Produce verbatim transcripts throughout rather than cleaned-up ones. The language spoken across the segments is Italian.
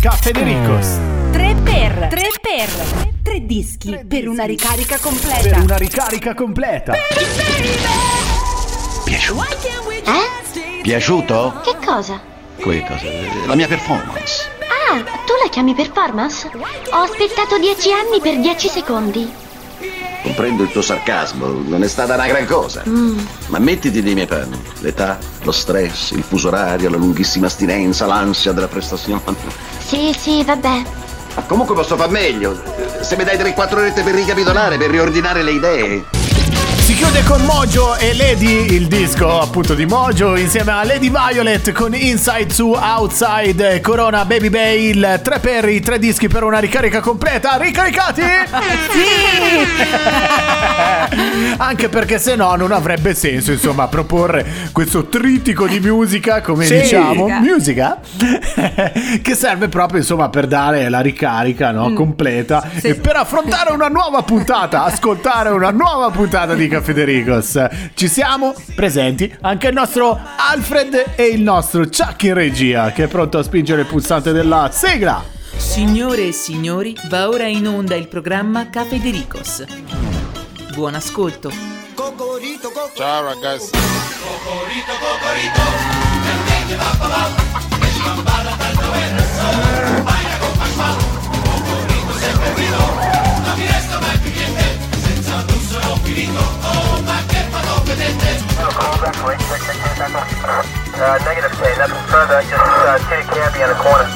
Cafedericos. tre per tre per tre dischi tre per dischi. Una ricarica completa. Per una ricarica completa. Piaciuto? Eh? Piaciuto? Che cosa? Che cosa? La mia performance. Ah, tu la chiami performance? Ho aspettato dieci anni per dieci secondi. Comprendo il tuo sarcasmo, non è stata una gran cosa. Mm. Ma mettiti nei miei panni. L'età, lo stress, il fuso orario, la lunghissima astinenza, l'ansia della prestazione. Sì, sì, vabbè. Ma comunque posso far meglio. Se mi dai tre quattro orette per ricapitolare, per riordinare le idee. Si chiude con Mojo e Lady, il disco appunto di Mojo, insieme a Lady Violet con Inside to Outside, Corona, Baby Bay, il tre per i tre dischi per una ricarica completa. Ricaricati? Sì! Anche perché se no non avrebbe senso, insomma, proporre questo trittico di musica, come sì. diciamo, musica, che serve proprio, insomma, per dare la ricarica, no, mm. completa, sì. e per affrontare una nuova puntata, ascoltare una nuova puntata di Cafedericos. Ci siamo presenti anche il nostro Alfred e il nostro Chuck in regia, che è pronto a spingere il pulsante della sigla. Signore e signori, va ora in onda il programma Cafedericos. Buon ascolto. Ciao ragazzi. Uh, negative K, nothing further, just uh, take a cabbie on the corner.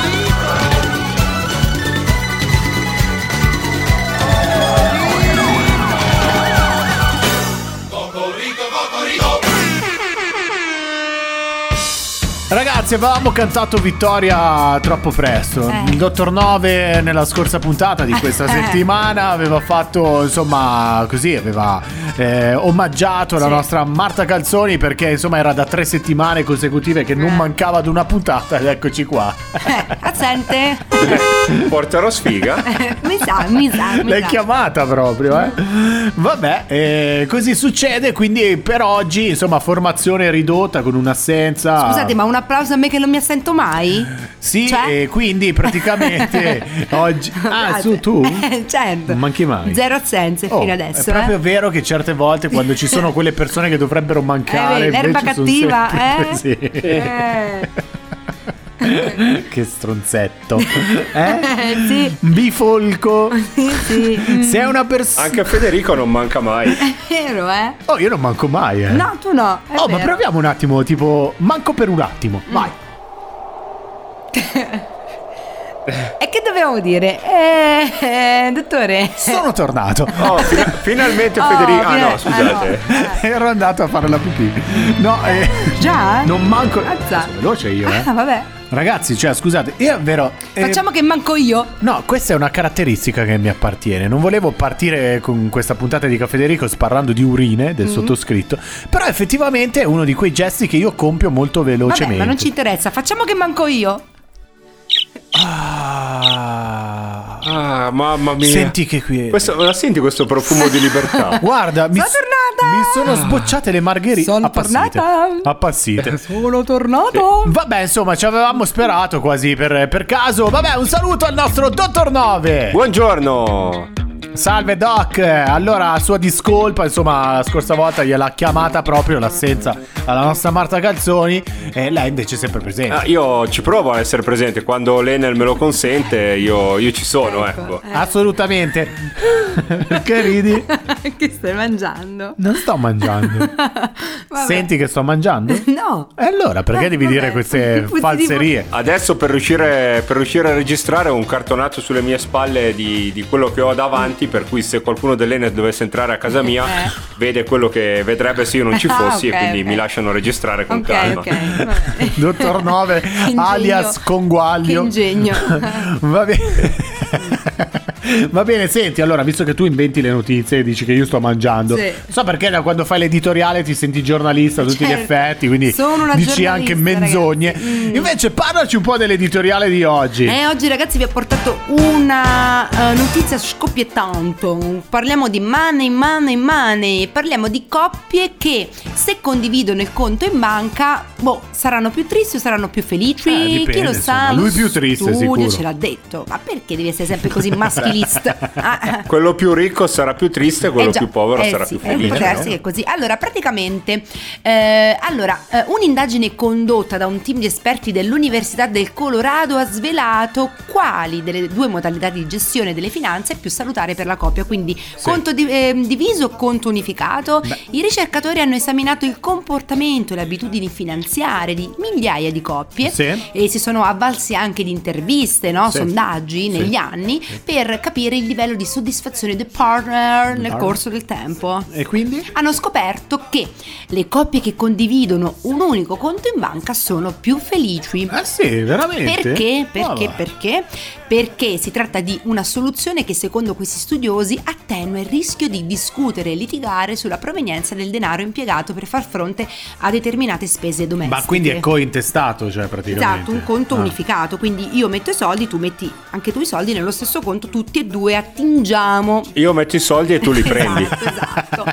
Ragazzi, avevamo cantato Vittoria troppo presto. Eh. Il Dottor Nove nella scorsa puntata di questa settimana aveva fatto, insomma, così, aveva eh, omaggiato sì. la nostra Marta Calzoni, perché insomma era da tre settimane consecutive che non eh. mancava ad una puntata, ed eccoci qua. Eh, assente. Porterò sfiga. Eh, mi sa, mi sa. Mi L'hai sa. chiamata proprio, eh? Vabbè, eh, così succede, quindi per oggi, insomma, formazione ridotta con un'assenza. Scusate, ma un applauso a me che non mi assento mai? Sì, cioè? e quindi praticamente oggi... Ah, su tu? Eh, certo. Non manchi mai. Zero assenze Oh, fino adesso. è proprio eh? vero che certe volte quando ci sono quelle persone che dovrebbero mancare, Eh, l'erba invece sono cattiva, sempre eh? così. Eh. Che stronzetto. Eh? Sì. Bifolco. Sì, sì. Sei una persona... Anche a Federico non manca mai. È vero, eh? Oh, io non manco mai, eh. No, tu no. È Oh, ma vero. proviamo un attimo, tipo, manco per un attimo. Vai. E che dovevamo dire? Eh, eh, dottore. Sono tornato. Oh, fina- finalmente Oh, Federico. Ah fine- no, scusate. ah, Ero andato a fare la pipì. No, eh, Già? non manco. Azza. Sono veloce io, eh. Ah, vabbè. Ragazzi, cioè, scusate, io vero. eh, Facciamo che manco io. No, questa è una caratteristica che mi appartiene. Non volevo partire con questa puntata di Cafedericos parlando di urine del Mm. sottoscritto, però effettivamente è uno di quei gesti che io compio molto velocemente. Vabbè, ma non ci interessa. Facciamo che manco io. Ah, Ah, mamma mia. senti che qui. Questo, la senti questo profumo di libertà? Guarda, mi, Sono s- tornata! mi sono sbocciate le margherite. Sono appassite. tornata! Appassite. Sono tornato. Vabbè, insomma, ci avevamo sperato quasi per, per caso. Vabbè, un saluto al nostro Dottor Nove. Buongiorno. Salve Doc. Allora, a sua discolpa, insomma, la scorsa volta gliel'ha chiamata proprio l'assenza alla nostra Marta Calzoni, e lei invece è sempre presente. Ah, io ci provo a essere presente quando l'Enel me lo consente, io, io ci sono, ecco. Assolutamente. Perché ridi? Che stai mangiando? Non sto mangiando. Vabbè. Senti che sto mangiando? No. E allora, perché Eh, devi vabbè. dire queste Puzzi di falserie? Adesso per riuscire, per riuscire a registrare ho un cartonato sulle mie spalle di, di quello che ho davanti, per cui se qualcuno dell'Enel dovesse entrare a casa mia Eh. vede quello che vedrebbe se io non ci Ah, fossi, ok, e quindi ok. mi lasciano registrare con Ok, calma. ok. Vabbè. Dottor Nove Che ingegno. alias Conguaglio. Che ingegno. Va bene. Va bene, senti, allora, visto che tu inventi le notizie e dici che io sto mangiando, sì. non so perché da quando fai l'editoriale ti senti giornalista a tutti certo. gli effetti, quindi Sono una dici anche menzogne. Mm. Invece parlaci un po' dell'editoriale di oggi. Eh, oggi ragazzi vi ho portato una uh, notizia scoppiettante. Parliamo di money, money, money. Parliamo di coppie che se condividono il conto in banca, boh, saranno più tristi o saranno più felici? Eh, dipende, chi lo insomma. sa? Lui più triste, sicuro. Ce l'ha detto. Ma perché devi essere sempre così maschilista? Ah. Quello più ricco sarà più triste, quello Eh già, più povero eh sarà sì, più felice. eh, può darsi no? che è così. Allora, praticamente, eh, allora, eh, un'indagine condotta da un team di esperti dell'Università del Colorado ha svelato quali delle due modalità di gestione delle finanze è più salutare per la coppia, quindi Sì. conto di- eh, diviso o conto unificato. Beh. I ricercatori hanno esaminato il comportamento e le abitudini finanziarie di migliaia di coppie Sì. e si sono avvalsi anche di interviste, no? Sì. sondaggi Sì. negli anni per capire il livello di soddisfazione del partner nel Partner. corso del tempo. E quindi? Hanno scoperto che le coppie che condividono un unico conto in banca sono più felici. Eh sì, veramente. Perché? Perché? Ah, va. Perché? Perché si tratta di una soluzione che secondo questi studiosi attenua il rischio di discutere e litigare sulla provenienza del denaro impiegato per far fronte a determinate spese domestiche. Ma quindi è cointestato, cioè praticamente. Esatto, un conto Ah. unificato, quindi io metto i soldi, tu metti anche tu i soldi nello stesso conto, tutti e due attingiamo. Io metto i soldi e tu li prendi. Esatto,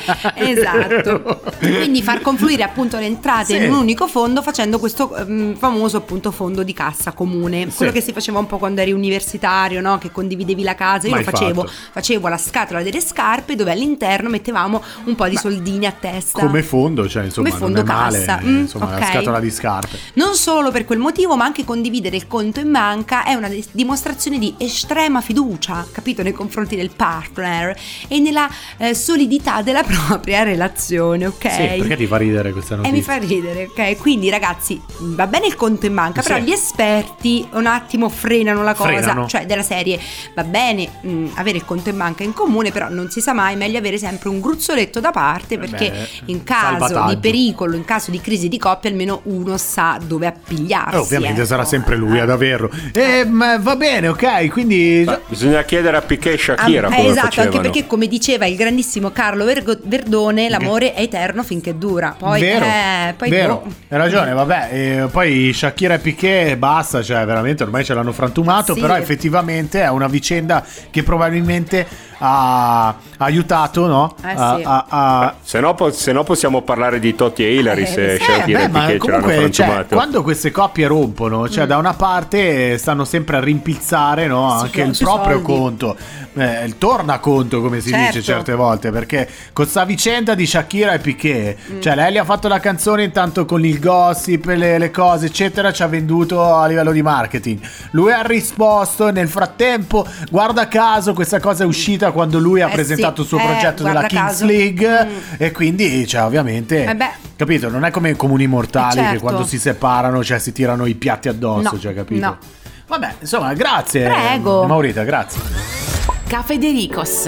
esatto. Quindi far confluire appunto le entrate Sì. in un unico fondo facendo questo ehm, famoso appunto fondo di cassa comune. Sì. Quello che si faceva un po' quando eri universitario, no? Che condividevi la casa. Io Mai lo facevo, fatto. facevo la scatola delle scarpe dove all'interno mettevamo un po' di soldini a testa. Come fondo, cioè insomma, Come fondo non è male, cassa. eh, Mm, insomma, la ok. scatola di scarpe. Non solo per quel motivo, ma anche condividere il conto in banca è una dis- dimostrazione di estrema fiducia, capito, nei confronti del partner e nella eh, solidità della propria relazione, ok? Sì, perché ti fa ridere questa E notizia? mi fa ridere, ok? Quindi ragazzi, va bene il conto in banca, però Sì. gli esperti un attimo frenano la cosa, Frenano. cioè della serie, va bene mh, avere il conto in banca in comune, però non si sa mai, meglio avere sempre un gruzzoletto da parte, perché beh, in caso salvataggio. di pericolo, in caso di crisi di coppia, almeno uno sa dove appigliarsi. Eh, ovviamente ecco. sarà sempre lui ad averlo. Eh, ma va bene, ok, quindi Ma bisogna chiedere a Piquet e Shakira Ah, come eh, esatto, facevano. anche perché come diceva il grandissimo Carlo Vergo- Verdone, l'amore è eterno finché dura. Poi, vero, eh, poi vero, boh. hai ragione, vabbè, e poi Shakira e Piquet basta, cioè veramente ormai ce l'hanno frantumato, Sì. però effettivamente è una vicenda che probabilmente ha aiutato, no? Eh, a, sì. a- a- Se no, po- se no possiamo parlare di Totti e Hillary Eh, se sì. Shakira Eh, e beh, ma Piquet ce l'hanno comunque, cioè, frantumato. quando queste coppie rompono, cioè Mm. da una parte stanno sempre a rimpilzare, no, Su- anche il sui proprio soldi. conto, eh, il tornaconto come si Certo. dice certe volte, perché con sta vicenda di Shakira e Piquet, Mm. cioè lei gli ha fatto la canzone intanto con il gossip, le, le cose eccetera, ci ha venduto a livello di marketing, lui ha risposto, nel frattempo guarda caso questa cosa è uscita quando lui ha Eh, presentato sì. il suo Eh, progetto della guarda Kings caso. League Mm. e quindi cioè ovviamente Eh beh. capito, non è come i comuni mortali Eh, che certo. quando si separano cioè si tirano i piatti addosso, No, cioè capito? no. Vabbè, insomma, grazie. Prego. Maurita, grazie. Caffè De Ricos.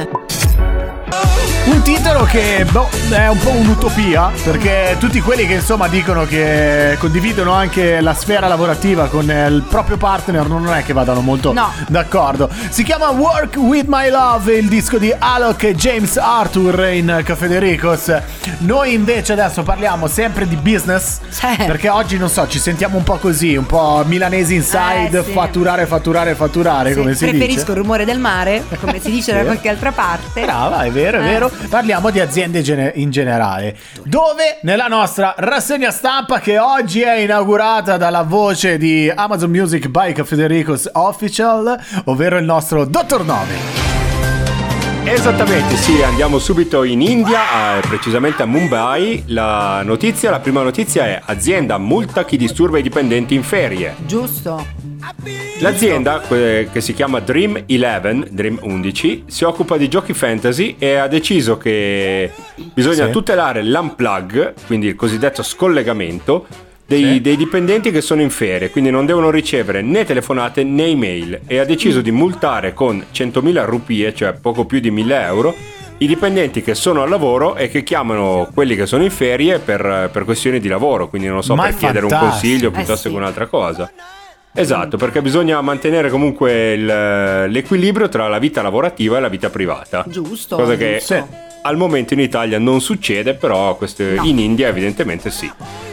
Un titolo che boh, è un po' un'utopia, perché tutti quelli che insomma dicono che condividono anche la sfera lavorativa con il proprio partner non è che vadano molto No. d'accordo. Si chiama Work With My Love, il disco di Alok e James Arthur in Caffè De Ricos. Noi invece adesso parliamo sempre di business, Sì. perché oggi non so, ci sentiamo un po' così, un po' milanesi inside, Eh, sì. fatturare, fatturare, fatturare, Sì, come si preferisco dice. il rumore del mare, come si dice da Sì. qualche altra parte. Brava, è vero, è Eh. vero. Parliamo di aziende gene- in generale. Dove nella nostra rassegna stampa che oggi è inaugurata dalla voce di Amazon Music by Caffè De Ricos Official, ovvero il nostro Dottor Nome. Esattamente, sì, andiamo subito in India, eh, precisamente a Mumbai. La notizia, la prima notizia è: azienda multa chi disturba i dipendenti in ferie. Giusto. L'azienda, que- che si chiama Dream undici, Dream undici, si occupa di giochi fantasy e ha deciso che bisogna Sì. tutelare l'unplug, quindi il cosiddetto scollegamento, dei, Sì. dei dipendenti che sono in ferie, quindi non devono ricevere né telefonate né email, e ha deciso di multare con centomila rupie, cioè poco più di mille euro, i dipendenti che sono al lavoro e che chiamano quelli che sono in ferie per, per questioni di lavoro, quindi non lo so, Ma per è chiedere un fantastico. consiglio Eh piuttosto sì. che un'altra cosa. Esatto, perché bisogna mantenere comunque il- l'equilibrio tra la vita lavorativa e la vita privata. Giusto. Cosa che giusto. al momento in Italia non succede, però questo No. in India evidentemente sì.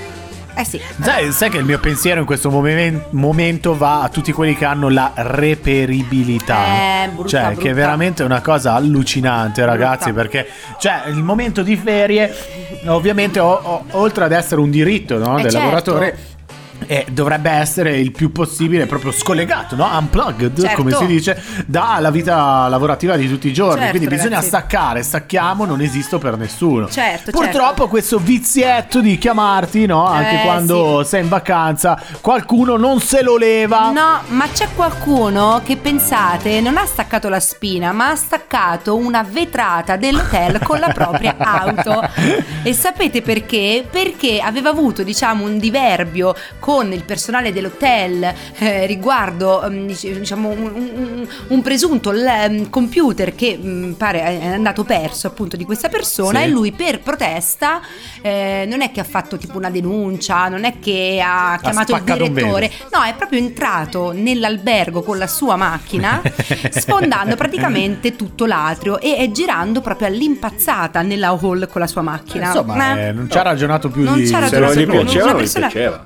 Eh sì. Sai, sai che il mio pensiero in questo momen- momento va a tutti quelli che hanno la reperibilità. Eh, brutta, cioè, brutta. che è veramente una cosa allucinante, ragazzi. Brutta. Perché, cioè, il momento di ferie, ovviamente, o- o- oltre ad essere un diritto, no, Eh, del certo. lavoratore, eh, dovrebbe essere il più possibile proprio scollegato, no? Unplugged, Certo. come si dice, dalla vita lavorativa di tutti i giorni. Certo, Quindi bisogna ragazzi. staccare, stacchiamo, non esisto per nessuno. Certo, Purtroppo certo. questo vizietto di chiamarti, no? Anche Eh, quando sei in vacanza, qualcuno non se lo leva. No, ma c'è qualcuno che, pensate, non ha staccato la spina, ma ha staccato una vetrata dell'hotel con la propria auto. E sapete perché? Perché aveva avuto, diciamo, un diverbio con il personale dell'hotel eh, riguardo ehm, dic- diciamo un, un- un presunto l- computer che mh, pare è andato perso, appunto, di questa persona. Sì. E lui, per protesta, eh, non è che ha fatto tipo una denuncia, non è che ha chiamato il spaccato un direttore, vetro. no, è proprio entrato nell'albergo con la sua macchina, sfondando praticamente tutto l'atrio e, e girando proprio all'impazzata nella hall con la sua macchina. Insomma, Eh, eh, non ci ha ragionato più non di ci ha Se non ragionato gli più. piaceva, Una non gli persona- piaceva.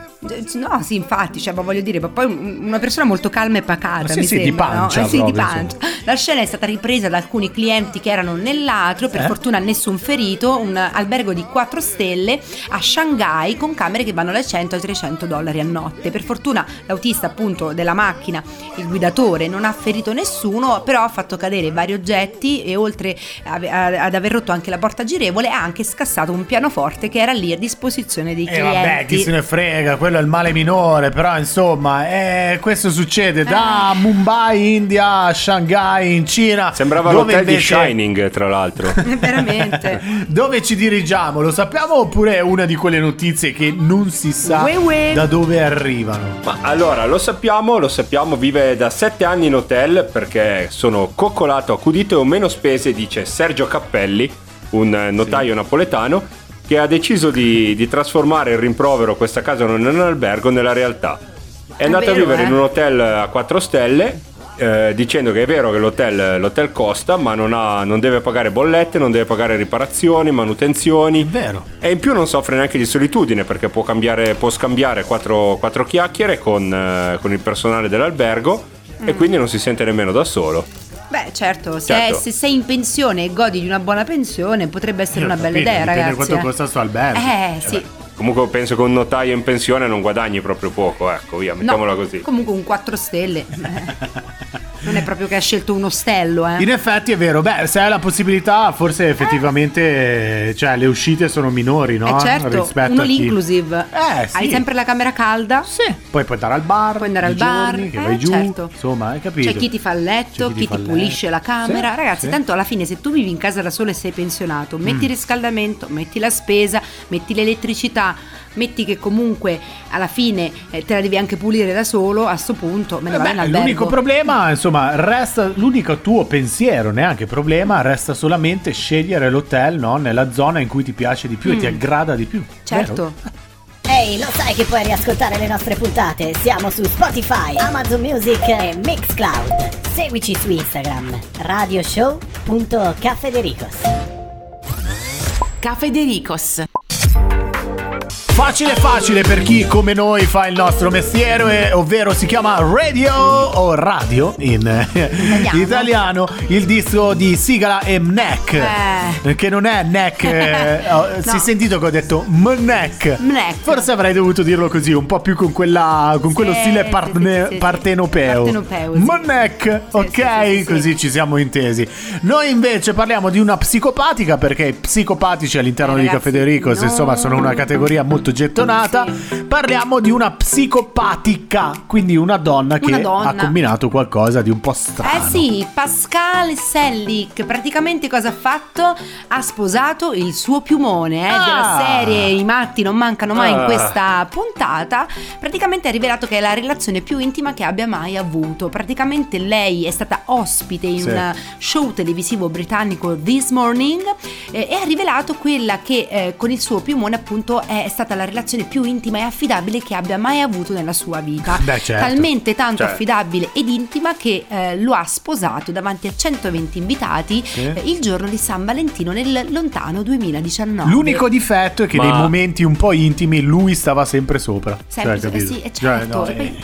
No, sì, infatti, cioè, ma voglio dire, ma poi un- una persona molto calma e pacata, Sì, mi sì, di sembra, pancia no? Eh, sì, di proprio, pancia. La scena è stata ripresa da alcuni clienti che erano nell'atrio, per Eh? fortuna nessun ferito, un albergo di quattro stelle a Shanghai con camere che vanno da cento ai trecento dollari a notte. Per fortuna l'autista, appunto, della macchina, il guidatore, non ha ferito nessuno, però ha fatto cadere vari oggetti e, oltre a- a- ad aver rotto anche la porta girevole, ha anche scassato un pianoforte che era lì a disposizione dei E clienti. vabbè, chi se ne frega, quello è il male minore, però insomma, eh, questo succede da Mumbai, India, a Shanghai, in Cina. Sembrava dove l'hotel di invece- Shining, tra l'altro. Veramente. Dove ci dirigiamo? Lo sappiamo oppure è una di quelle notizie che non si sa Ue ue. da dove arrivano? Ma allora, lo sappiamo, lo sappiamo, vive da sette anni in hotel perché sono coccolato, accudito e ho meno spese, dice Sergio Cappelli, un eh, notaio napoletano, che ha deciso di, di trasformare il rimprovero, questa casa non è un albergo, nella realtà. È andato vero, a vivere eh? in un hotel a quattro stelle, eh, dicendo che è vero che l'hotel, l'hotel costa, ma non, ha, non deve pagare bollette, non deve pagare riparazioni, manutenzioni. È vero. E in più non soffre neanche di solitudine, perché può, cambiare, può scambiare quattro, quattro chiacchiere con, eh, con il personale dell'albergo e quindi non si sente nemmeno da solo. Beh, certo, se, Certo. se sei in pensione e godi di una buona pensione, potrebbe essere Io una ho bella capito, idea, dipende ragazzi. quanto costa sto albergo. Eh, sì. Comunque penso che un notaio in pensione non guadagni proprio poco, ecco, via, mettiamola No, così. comunque un quattro stelle. Non è proprio che ha scelto un ostello, eh. In effetti è vero, beh, se hai la possibilità, forse effettivamente, eh, cioè, le uscite sono minori, no? Eh certo, Rispetto uno a chi- l'inclusive. Eh, sì. Hai sempre la camera calda. Sì. Poi puoi andare al bar, Puoi andare i al bar, giorni che eh, vai giù, certo. insomma, hai capito? C'è chi ti fa il letto, C'è chi ti, fa il pulisce letto. la camera. Sì, Ragazzi, sì. tanto alla fine, se tu vivi in casa da solo e sei pensionato, metti Mm. il riscaldamento, metti la spesa, metti l'elettricità, metti che comunque alla fine eh, te la devi anche pulire da solo, a sto punto me ne Eh vai beh, in albergo. l'unico problema, insomma, resta l'unico tuo pensiero, neanche problema, resta solamente scegliere l'hotel, no? Nella zona in cui ti piace di più e ti aggrada di più. Mm. Certo. Ehi, lo sai che puoi riascoltare le nostre puntate? Siamo su Spotify, Amazon Music e Mixcloud. Seguici su Instagram, radioshow.cafedericos. Cafedericos. Facile facile per chi come noi fa il nostro mestiere, ovvero si chiama radio o radio in italiano, italiano il disco di Sigala e Mnek, Eh. che non è Neck, eh, oh, si è No. sentito che ho detto Mnek. Mnek. Forse avrei dovuto dirlo così, un po' più con quella con Sì, quello stile sì, partne- sì, sì, sì. partenopeo. Partenopeo, sì. Mnek, ok, sì, sì, sì, così sì. ci siamo intesi. Noi invece parliamo di una psicopatica, perché i psicopatici all'interno Eh, di ragazzi, Cafedericos no. insomma sono una categoria molto gettonata. Sì. Parliamo di una psicopatica, quindi una donna che Una donna. ha combinato qualcosa di un po' strano. Eh sì, Pascal Sellick praticamente cosa ha fatto? Ha sposato il suo piumone, eh, Ah. della serie I matti non mancano mai in Ah. questa puntata. Praticamente ha rivelato che è la relazione più intima che abbia mai avuto. Praticamente lei è stata ospite in Sì. un show televisivo britannico This Morning, eh, e ha rivelato quella che eh, con il suo piumone appunto è stata la la relazione più intima e affidabile che abbia mai avuto nella sua vita. Beh, certo. Talmente tanto Certo. affidabile ed intima che eh, lo ha sposato davanti a centoventi invitati Sì. eh, il giorno di San Valentino nel lontano duemiladiciannove. L'unico difetto è che Ma- nei momenti un po' intimi lui stava sempre sopra. Sempre Cioè, so- eh capito? sì, è Cioè, certo. no, E poi-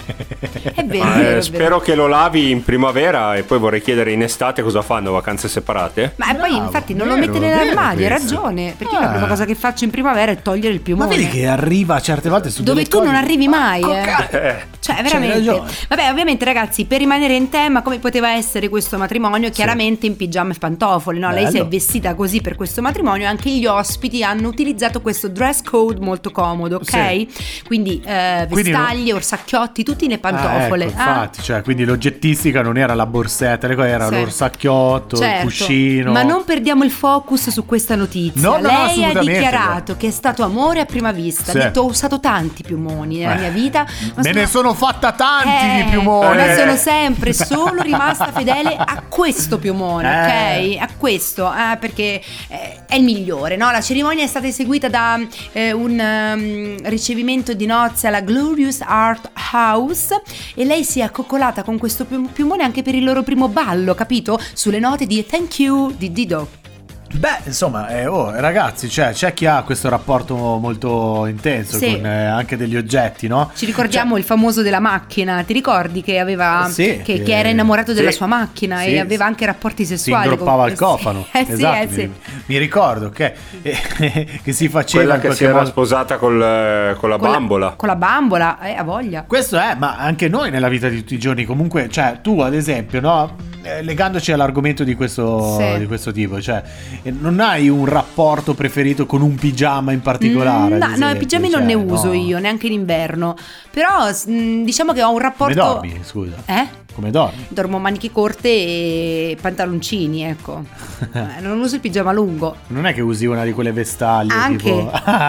È vero, Ma, è vero, eh, è vero. spero che lo lavi in primavera e poi vorrei chiedere in estate cosa fanno, vacanze separate? Ma poi Bravo, infatti non lo vero, mette vero nell'armadio, hai questo. ragione. Perché io la Ah. prima cosa che faccio in primavera è togliere il Ma piumone. vedi che arriva certe volte su Dove delle tu cose- non arrivi mai, Co- eh. ca- Eh, Cioè, C'hai veramente. ragione. Vabbè, ovviamente, ragazzi, per rimanere in tema, come poteva essere questo matrimonio? Chiaramente in pigiama e pantofole, no? Lei si è Bello. vestita così per questo matrimonio. Anche gli ospiti hanno utilizzato questo dress code molto comodo, ok? Quindi, eh, Quindi vestaglie, orsacchiotti, tutti nelle pantofole. Ah, ecco, infatti, cioè, quindi l'oggettistica non era la borsetta, le cose, era Sì. l'orsacchiotto, Certo, il cuscino. ma non perdiamo il focus su questa notizia. No, no, no, Lei ha assolutamente, dichiarato che è stato amore a prima vista. Sì. Ha detto: ho usato tanti piumoni nella Eh. mia vita. Ma Me ne sono fatta tanti Eh, di piumoni. Ma sono sempre solo rimasta fedele a questo piumone, Eh. ok? A questo, eh, perché eh, è il migliore, no? La cerimonia è stata eseguita da eh, un um, ricevimento di nozze alla Glorious Art House e lei si è accoccolata con questo pium- piumone anche per il loro primo ballo, capito? Sulle note di Thank You di Dido. Beh, insomma, eh, oh, ragazzi, cioè, c'è chi ha questo rapporto molto intenso Sì. con eh, anche degli oggetti, no? Ci ricordiamo il famoso della macchina, ti ricordi che aveva Sì, che, che- che era innamorato della sì. sua macchina Sì, e aveva anche rapporti Si sessuali ingroppava con- al cofano. Sì, eh sì, Esatto, eh mi, sì. mi ricordo che, eh, che si faceva quella in che si qualche era modo. sposata col, eh, con la Con la- bambola. con la bambola, eh, a voglia. Questo è, ma anche noi nella vita di tutti i giorni, comunque, cioè, tu ad esempio, no? Eh, legandoci all'argomento di questo, Sì. di questo tipo, cioè, eh, non hai un rapporto preferito con un pigiama in particolare? Mm, ad no, no, esempio? i pigiami Cioè, non ne uso no. io, neanche in inverno. Però s- mh, diciamo che ho un rapporto. Come dormi, scusa? Eh? Come dormi? Dormo maniche corte e pantaloncini, ecco. Eh, non uso il pigiama lungo. Non è che usi una di quelle vestaglie Anche, tipo...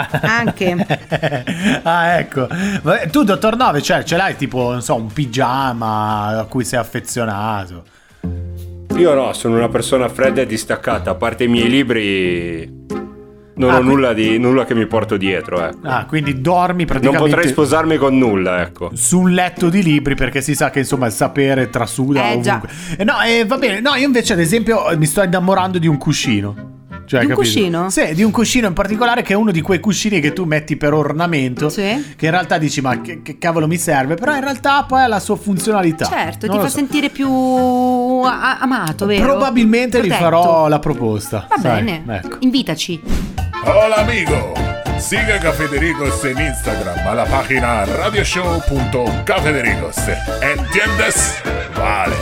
anche. Ah, ecco. Vabbè, tu, dottor Nove, cioè, ce l'hai tipo, non so, un pigiama a cui sei affezionato? Io no, sono una persona fredda e distaccata, a parte i miei libri non Ah, ho qui- nulla, di, nulla che mi porto dietro, ecco. Ah, quindi dormi Non praticamente... potrei sposarmi con nulla, ecco. su un letto di libri, perché si sa che insomma il sapere trasuda Eh, già. ovunque. Eh, no, eh, va bene. No, io invece ad esempio mi sto innamorando di un cuscino. Cioè, Di un capito? cuscino? Sì, di un cuscino in particolare, che è uno di quei cuscini che tu metti per ornamento. Sì. Che in realtà dici, ma che, che cavolo mi serve? Però in realtà poi ha la sua funzionalità. Certo, Non ti lo fa so. sentire più a- amato, vero? Probabilmente gli Protetto. farò la proposta. Va sai, bene, Ecco. invitaci. Hola amigo, sigue Café Dericos en Instagram a la página radioshow punto cafedericos. ¿Entiendes? Vale.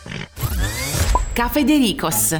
Caffè De Ricos.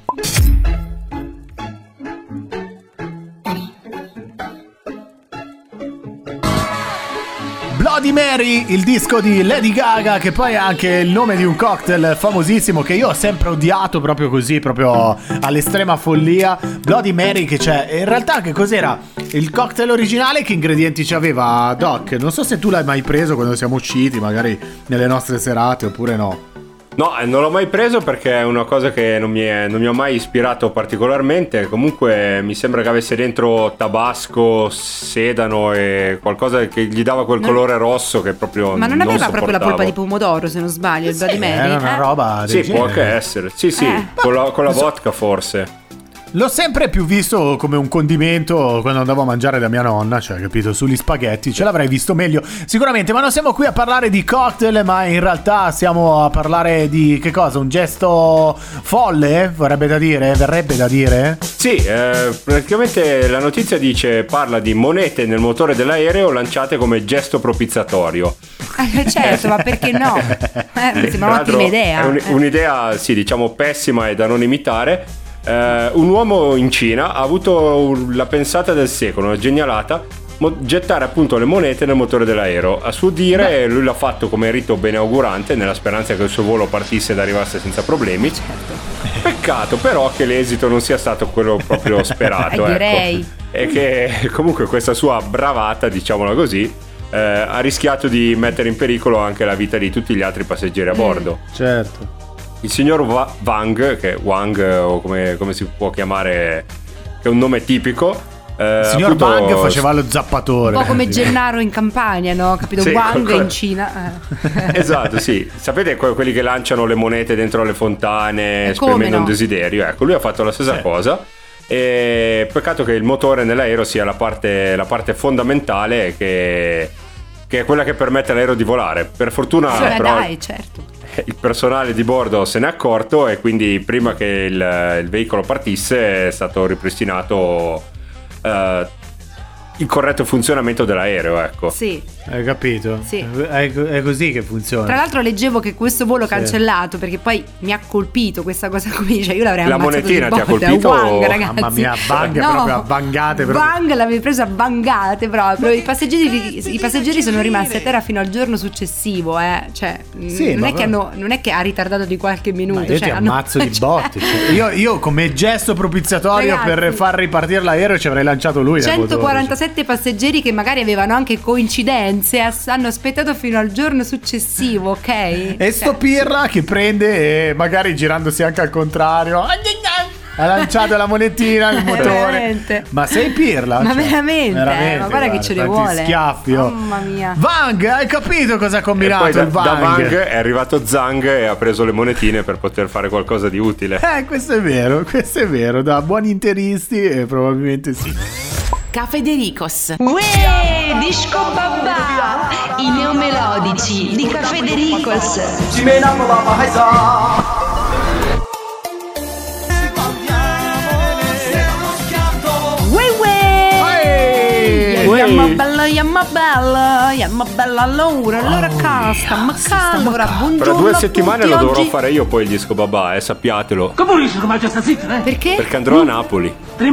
Bloody Mary, il disco di Lady Gaga, che poi è anche il nome di un cocktail famosissimo che io ho sempre odiato, proprio così, proprio all'estrema follia. Bloody Mary, che c'è, in realtà che cos'era? Il cocktail originale, che ingredienti c'aveva, Doc? Non so se tu l'hai mai preso quando siamo usciti, magari nelle nostre serate, oppure no. No, eh, non l'ho mai preso perché è una cosa che non mi, è, non mi ha mai ispirato particolarmente. Comunque mi sembra che avesse dentro tabasco, sedano e qualcosa che gli dava quel Non- colore rosso che proprio Ma non aveva proprio la sopportavo. polpa di pomodoro, se non sbaglio, il Bloody Mary? Era una eh? roba del Sì, può genere. anche essere. Sì, sì, Eh. con la, con la Non so- vodka forse. L'ho sempre più visto come un condimento quando andavo a mangiare da mia nonna, cioè, capito, sugli spaghetti, ce l'avrei visto meglio sicuramente, ma non siamo qui a parlare di cocktail, ma in realtà stiamo a parlare di che cosa? Un gesto folle, vorrebbe da dire, verrebbe da dire? Sì, eh, praticamente la notizia dice, parla di monete nel motore dell'aereo lanciate come gesto propiziatorio. Eh, certo, ma perché no? Eh, mi sembra Tra l'altro un'ottima idea. È un- Eh. un'idea, sì, diciamo pessima e da non imitare. Eh, un uomo in Cina ha avuto la pensata del secolo, una genialata, mo- gettare appunto le monete nel motore dell'aereo. A suo dire, lui l'ha fatto come rito beneaugurante, nella speranza che il suo volo partisse ed arrivasse senza problemi. Peccato però che l'esito non sia stato quello proprio sperato. Eh, direi. Ecco. E che comunque questa sua bravata, diciamola così, eh, ha rischiato di mettere in pericolo anche la vita di tutti gli altri passeggeri a bordo. Certo. Il signor Va- Wang, che è Wang o come, come si può chiamare, che è un nome tipico, Eh, Il signor appunto, Wang faceva lo zappatore. Un po' come Gennaro in Campania, no? Capito? Sì, Wang quel- in Cina. Eh. Esatto, sì. Sapete que- quelli che lanciano le monete dentro le fontane E come esprimendo no? un desiderio? Ecco, lui ha fatto la stessa Sì. cosa. E peccato che il motore nell'aereo sia la parte, la parte fondamentale che, che è quella che permette all'aereo di volare. Per fortuna Sì, però dai, certo. il personale di bordo se n'è accorto e quindi prima che il, il veicolo partisse è stato ripristinato eh, il corretto funzionamento dell'aereo, ecco. Sì. Hai capito? Sì. È, è così che funziona. Tra l'altro leggevo che questo volo Sì. cancellato, perché poi mi ha colpito questa cosa qui, cioè io l'avrei La ammazzato monetina di ti ha botte. colpito? Wang, ragazzi. Mamma mia, Bang è No, proprio a bangate. proprio. Bang l'avevi preso a bangate proprio. I passeggeri, i passeggeri sono rimasti a terra fino al giorno successivo, eh. Cioè, Sì, non, ma è che va- hanno, non è che ha ritardato di qualche minuto. Ma io cioè, ti hanno- ammazzo di cioè- botte. cioè, io, io come gesto propiziatorio Ragazzi. per far ripartire l'aereo ci avrei lanciato lui. dal motore. centoquarantasette passeggeri che magari avevano anche coincidenze ass- hanno aspettato fino al giorno successivo, ok? E sto pirla che prende e magari girandosi anche al contrario ha lanciato la monetina il motore. Veramente. Ma sei pirla? Ma Cioè, veramente, ma guarda che ce ne tanti vuole. schiaffi, oh. Mamma mia. Wang, hai capito cosa ha E combinato poi da, il da Wang? Wang è arrivato Zhang e ha preso le monetine per poter fare qualcosa di utile. Eh, questo è vero, questo è vero. Da buoni interisti eh, probabilmente sì. Cafedericos. Uè, disco babà, i neomelodici di Cafedericos. Uè. Yamma bella, yamma bella, yamma bella allora, allora casta, ma allora, buongiorno Fra due a settimane tutti, lo dovrò oggi- fare io poi il disco babà, eh, sappiatelo. Perché? Perché andrò a Napoli.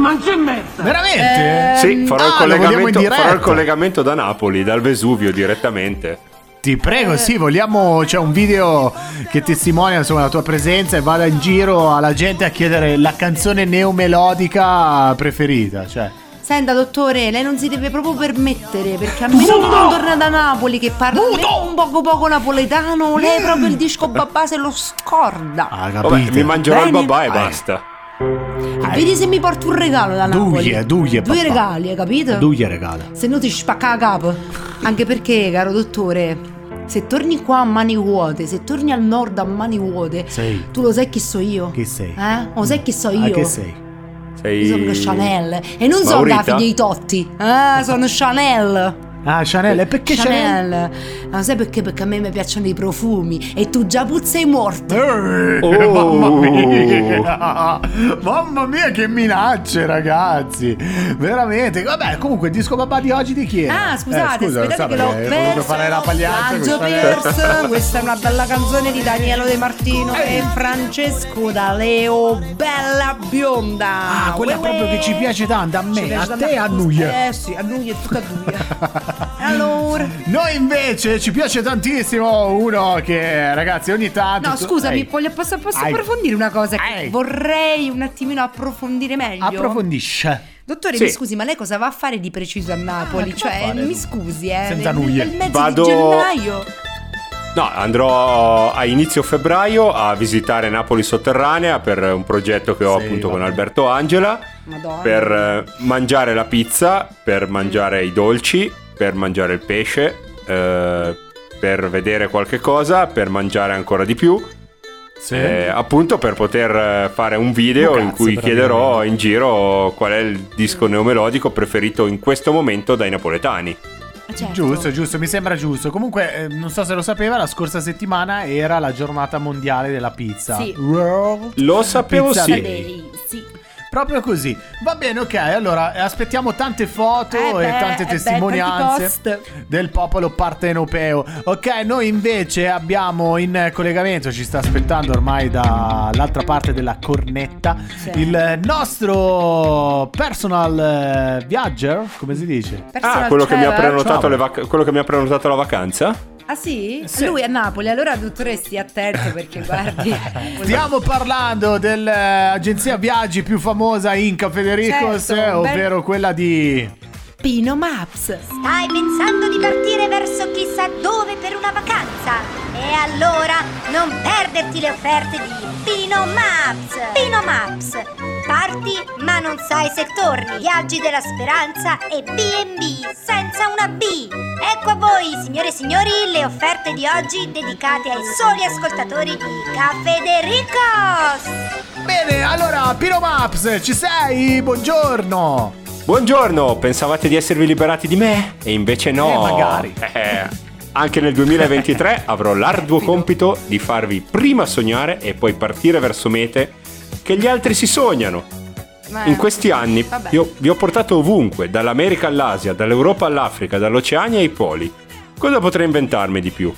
Veramente? Sì, farò, ah, il lo vogliamo in collegamento, diretta. farò il collegamento da Napoli, dal Vesuvio direttamente. Ti prego, sì, vogliamo. C'è un video che testimonia insomma la tua presenza e vada in giro alla gente a chiedere la canzone neomelodica preferita. Cioè, Senta dottore, lei non si deve proprio permettere, perché a meno che non torna da Napoli che parla un poco poco napoletano, lei proprio il disco babà se lo scorda. ah, Vabbè, capite? mi mangerò il Bene. babà e Eh. basta. E vedi se mi porto un regalo da Napoli. Duglie, duglie, Due papà. regali, hai capito? Duglie regala. Se no ti spacca la capo. Anche perché, caro dottore, se torni qua a mani vuote, se torni al nord a mani vuote, Sei. tu lo sai chi so io? Chi sei? Eh? Lo sai chi so Ah, io? che sei? Sei... Io sono Chanel. E non sono Maurita? la figlia di Totti. Ah, sono Chanel. Ah, Chanel, e perché Chanel? Chanel. Ma sai perché? Perché a me mi piacciono i profumi. E tu già puzzi morto. Eh, Oh. Mamma mia, mamma mia, che minacce, ragazzi. Veramente. Vabbè, comunque, il disco babà di oggi di chi è? Ah, scusate, eh, scusa, aspettate so che l'ho perché ho voluto perso. fare la pagliaccia. Raggio con Chanel. Pierce. Questa è una bella canzone di Danielo De Martino e Francesco da Leo, bella bionda. Ah, quella Uè, proprio che ci piace tanto, a ci me, piace a tanto te e a noi. Eh sì, a noi e tutta a due. Allora. Noi invece ci piace tantissimo uno che, ragazzi, ogni tanto. No, scusami, Ehi, voglio, posso, posso Ai. approfondire una cosa che Ehi. vorrei un attimino approfondire meglio. approfondisce. Dottore, Sì. mi scusi, ma lei cosa va a fare di preciso a Napoli? che va a cioè, fare? mi scusi, eh. Senza nel, nuie. nel mezzo Vado- di gennaio. No, andrò a inizio febbraio a visitare Napoli sotterranea per un progetto che ho Sì, appunto vabbè. con Alberto Angela. Madonna. Per eh, mangiare la pizza, per mangiare i dolci, per mangiare il pesce, eh, per vedere qualche cosa, per mangiare ancora di più. Sì. Eh, appunto per poter eh, fare un video Oh, in cazzo, cui chiederò praticamente. in giro qual è il disco neomelodico preferito in questo momento dai napoletani. Certo. Giusto, giusto, mi sembra giusto. Comunque, eh, non so se lo sapeva, la scorsa settimana era la giornata mondiale della pizza. Sì. World Lo sapevo, Pizza sì. Day. Sì. Proprio così. Va bene, ok. Allora, eh, aspettiamo tante foto Eh beh, e tante eh beh, testimonianze tanti post. del popolo partenopeo. Ok, noi invece abbiamo in collegamento, ci sta aspettando ormai dall'altra parte della cornetta, Sì. il nostro personal eh, viagger, come si dice? Personal Ah, quello che, mi ha travel. prenotato Ciao. le vac- quello che mi ha prenotato la vacanza? Ah sì? Sì. Lui è a Napoli, allora dottore stia attento perché guardi. Stiamo parlando dell'agenzia viaggi più famosa in Cafedericos, Certo, un bel- ovvero quella di... Pino Maps. Stai pensando di partire verso chissà dove per una vacanza? E allora non perderti le offerte di Pino Maps. Pino Maps. Parti ma non sai se torni. Viaggi della speranza e B and B senza una B. Ecco a voi, signore e signori, le offerte di oggi dedicate ai soli ascoltatori di Caffè De Ricos. Bene, allora Pino Maps, ci sei? Buongiorno. Buongiorno, pensavate di esservi liberati di me? E invece no. Eh, magari. Eh, anche nel duemilaventitré avrò l'arduo compito di farvi prima sognare e poi partire verso mete che gli altri si sognano. Ma- In questi anni Vabbè. io vi ho portato ovunque, dall'America all'Asia, dall'Europa all'Africa, dall'Oceania ai poli. Cosa potrei inventarmi di più?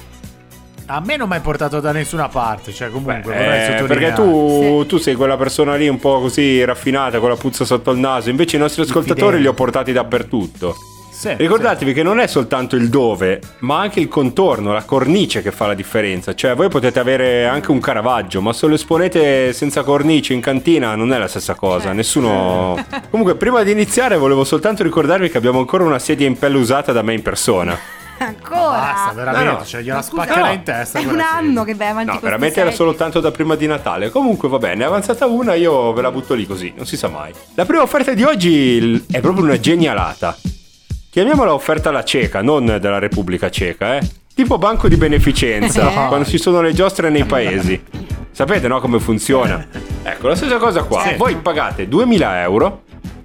A me non mi hai portato da nessuna parte, cioè comunque vorrei Eh, sottolineare. perché tu, tu sei quella persona lì un po' così raffinata, con la puzza sotto il naso. Invece i nostri ascoltatori Diffidente. li ho portati dappertutto. Sì, Ricordatevi che non è soltanto il dove, ma anche il contorno, la cornice che fa la differenza. Cioè voi potete avere anche un Caravaggio, ma se lo esponete senza cornice in cantina non è la stessa cosa. Nessuno... Comunque prima di iniziare volevo soltanto ricordarvi che abbiamo ancora una sedia in pelle usata da me in persona. Ancora? Basta, veramente, No, no. cioè gliela Ma scusa, spaccherà no. in testa. È un quella sedia. anno che vai avanti No, con veramente queste era serie. soltanto da prima di Natale. Comunque va bene, è avanzata una, io ve la butto lì così, non si sa mai. La prima offerta di oggi è proprio una genialata. Chiamiamola offerta alla cieca, non della Repubblica Ceca, eh. Tipo banco di beneficenza, Eh. quando ci sono le giostre nei paesi. Sapete, no, come funziona? Ecco, la stessa cosa qua. Sì. Voi pagate duemila euro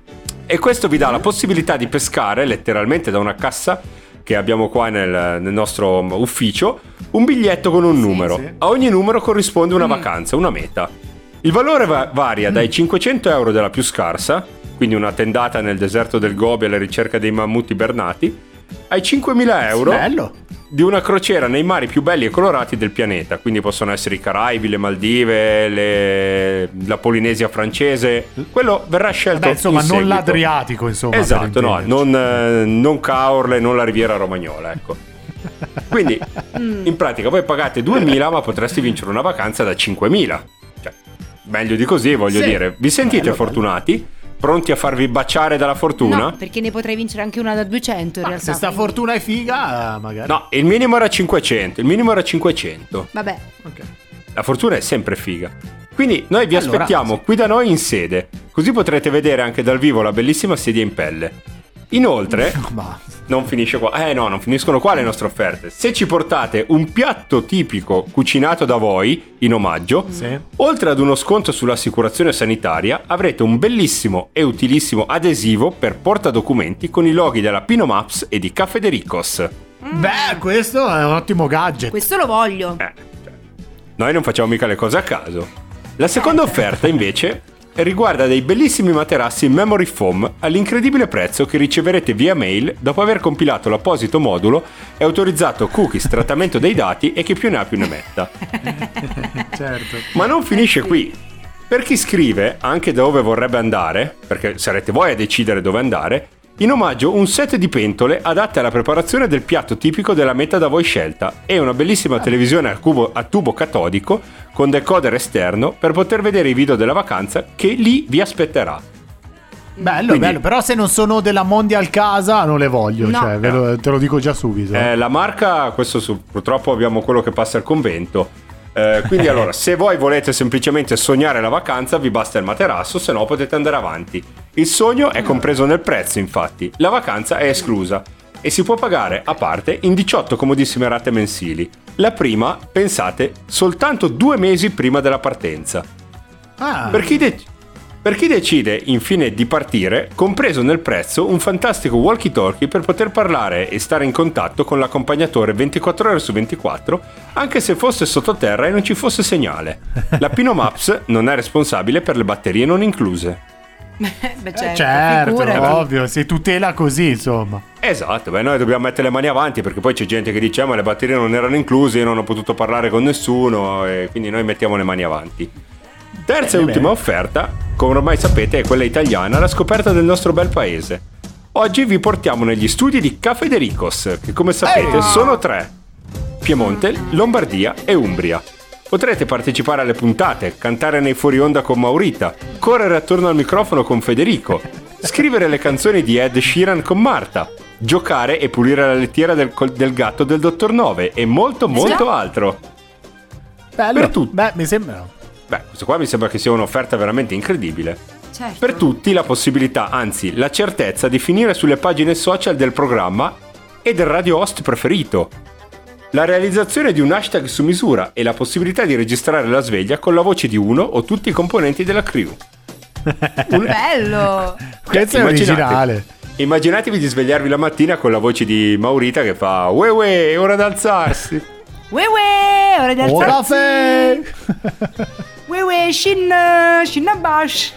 e questo vi dà la possibilità di pescare letteralmente da una cassa che abbiamo qua nel, nel nostro ufficio un biglietto con un numero. sì. A ogni numero corrisponde una vacanza, una meta. Il valore va- varia dai cinquecento euro della più scarsa, quindi una tendata nel deserto del Gobi alla ricerca dei mammuti bernati, ai cinquemila euro Bello. di una crociera nei mari più belli e colorati del pianeta. Quindi possono essere i Caraibi, le Maldive, le- la Polinesia francese. Quello verrà scelto Beh, insomma, in non seguito. l'Adriatico, insomma. per Esatto, no, intenderci. non, eh, non Caorle, non la Riviera Romagnola, ecco. Quindi, in pratica, voi pagate duemila, ma potreste vincere una vacanza da cinquemila. Cioè, meglio di così, voglio Sì. dire. Vi sentite Bello, fortunati? Pronti a farvi baciare dalla fortuna? No, perché ne potrei vincere anche una da duecento in Ma realtà. se sta quindi- fortuna è figa, magari. No, il minimo era cinquecento. Il minimo era cinquecento. Vabbè. Ok. La fortuna è sempre figa. Quindi noi vi Allora, aspettiamo sì. qui da noi in sede, così potrete vedere anche dal vivo la bellissima sedia in pelle. Inoltre, Ma non finisce qua. Eh no, non finiscono qua le nostre offerte. Se ci portate un piatto tipico cucinato da voi in omaggio, Sì. oltre ad uno sconto sull'assicurazione sanitaria, avrete un bellissimo e utilissimo adesivo per portadocumenti con i loghi della Pino Maps e di Caffè De Ricos. beh, questo è un ottimo gadget. Questo lo voglio. Eh, cioè, noi non facciamo mica le cose a caso. La seconda offerta, invece, riguarda dei bellissimi materassi memory foam all'incredibile prezzo che riceverete via mail dopo aver compilato l'apposito modulo e autorizzato cookies, trattamento dei dati e chi più ne ha più ne metta. Certo. Ma non finisce qui. Per chi scrive anche dove vorrebbe andare, perché sarete voi a decidere dove andare, in omaggio un set di pentole adatte alla preparazione del piatto tipico della meta da voi scelta e una bellissima televisione a, cubo, a tubo catodico con decoder esterno per poter vedere i video della vacanza che lì vi aspetterà. Bello, Quindi- bello. Però se non sono della Mondial Casa non le voglio. No. Cioè, ve lo- te lo dico già subito. Eh, la marca, questo su- purtroppo abbiamo quello che passa al convento. Eh, quindi allora, se voi volete semplicemente sognare la vacanza, vi basta il materasso, se no potete andare avanti. Il sogno è compreso nel prezzo, infatti. La vacanza è esclusa e si può pagare a parte in diciotto comodissime rate mensili. La prima, pensate, soltanto due mesi prima della partenza. Ah, Per chi, de- per chi decide infine di partire, compreso nel prezzo un fantastico walkie-talkie per poter parlare e stare in contatto con l'accompagnatore ventiquattro ore su ventiquattro, anche se fosse sottoterra e non ci fosse segnale. La Pino Maps non è responsabile per le batterie non incluse. Beh, certo, certo, figurati. ovvio, si tutela così, insomma. Esatto, beh, noi dobbiamo mettere le mani avanti perché poi c'è gente che dice "Eh, ma le batterie non erano incluse, io non ho potuto parlare con nessuno", e quindi noi mettiamo le mani avanti. Terza Bene, e ultima bene. offerta, come ormai sapete, è quella italiana, la scoperta del nostro bel paese. Oggi vi portiamo negli studi di Caffè De Ricos, che come sapete Ehi! sono tre: Piemonte, Lombardia e Umbria. Potrete partecipare alle puntate, cantare nei fuori onda con Maurita, correre attorno al microfono con Federico, scrivere le canzoni di Ed Sheeran con Marta, giocare e pulire la lettiera del, col- del gatto del dottor Nove e molto molto già. altro. Bello. Per tutti. Beh, mi sembra. Beh, questo qua mi sembra che sia un'offerta veramente incredibile. Certo. Per tutti la possibilità, anzi la certezza di finire sulle pagine social del programma e del radio host preferito. La realizzazione di un hashtag su misura e la possibilità di registrare la sveglia con la voce di uno o tutti i componenti della crew. Un... Bello! Questo è immaginate, originale. Immaginatevi di svegliarvi la mattina con la voce di Maurita che fa "Uè uè, è ora di alzarsi". Uè uè, ora di Oh, alzarsi. caffè! Uè uè, shin, shin bash.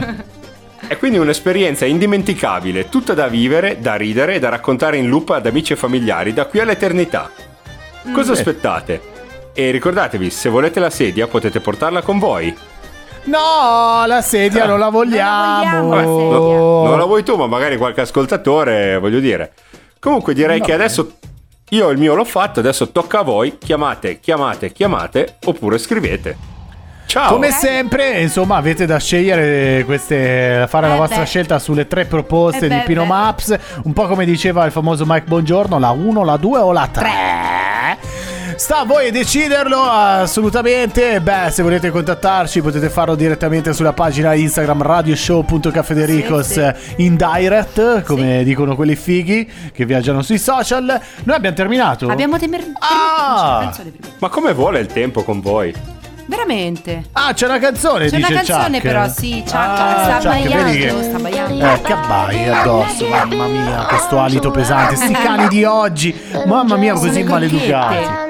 È quindi un'esperienza indimenticabile, tutta da vivere, da ridere e da raccontare in loop ad amici e familiari da qui all'eternità. Cosa Mm. aspettate? E ricordatevi, se volete la sedia potete portarla con voi. No, la sedia non la vogliamo. Non la vogliamo, Vabbè, la sedia. no, non la vuoi tu, ma magari qualche ascoltatore, voglio dire. Comunque direi Va che bene. adesso io il mio l'ho fatto, adesso tocca a voi. Chiamate, chiamate, chiamate oppure scrivete. Ciao. Come sempre, insomma, avete da scegliere queste, fare la Eh vostra beh. scelta sulle tre proposte Eh di beh, Pino beh. Maps, un po' come diceva il famoso Mike Bongiorno, la uno, la due o la tre. Sta a voi deciderlo, assolutamente. Beh, se volete contattarci potete farlo direttamente sulla pagina Instagram radioshow punto cafedericos Sì, in direct, come dicono quelli fighi che viaggiano sui social. Noi abbiamo terminato. Abbiamo temer- Ah! terminato la canzone prima. Ma come vuole il tempo con voi? Veramente. Ah, c'è una canzone, C'è dice una canzone Chuck. però, sì, Chuck, Ah, sta Chuck, vedi che- abbaiando, sta abbaiando. Eh, che abbai addosso, mamma mia, questo alito pesante. Sti cani di oggi, mamma mia, così Sono maleducati.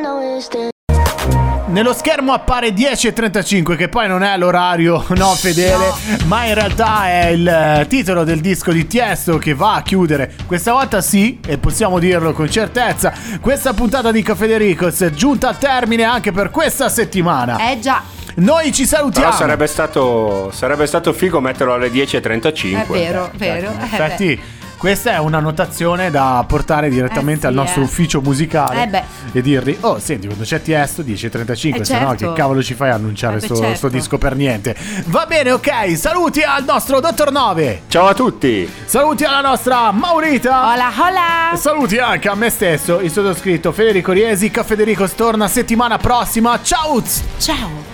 Nello schermo appare dieci e trentacinque, che poi non è l'orario no fedele, ma in realtà è il eh, titolo del disco di Tiesto che va a chiudere. Questa volta sì, e possiamo dirlo con certezza, questa puntata di Cafedericos è giunta al termine anche per questa settimana. Eh già, Noi ci salutiamo. Però sarebbe stato sarebbe stato figo metterlo alle dieci e trentacinque. è vero, vero. In eh beh. effetti questa è una notazione da portare direttamente Eh sì, al nostro eh. ufficio musicale Eh beh. e dirgli: oh senti, quando c'è Tiesto dieci e trentacinque, Eh se no certo. che cavolo ci fai a annunciare Eh beh, sto, certo. sto disco per niente. Va bene, ok, saluti al nostro Dottor Nove, Ciao a tutti. saluti alla nostra Maurita, Hola, hola. e saluti anche a me stesso, il sottoscritto Federico Riesi. Cafedericos torna settimana prossima. Ciao. Ciao.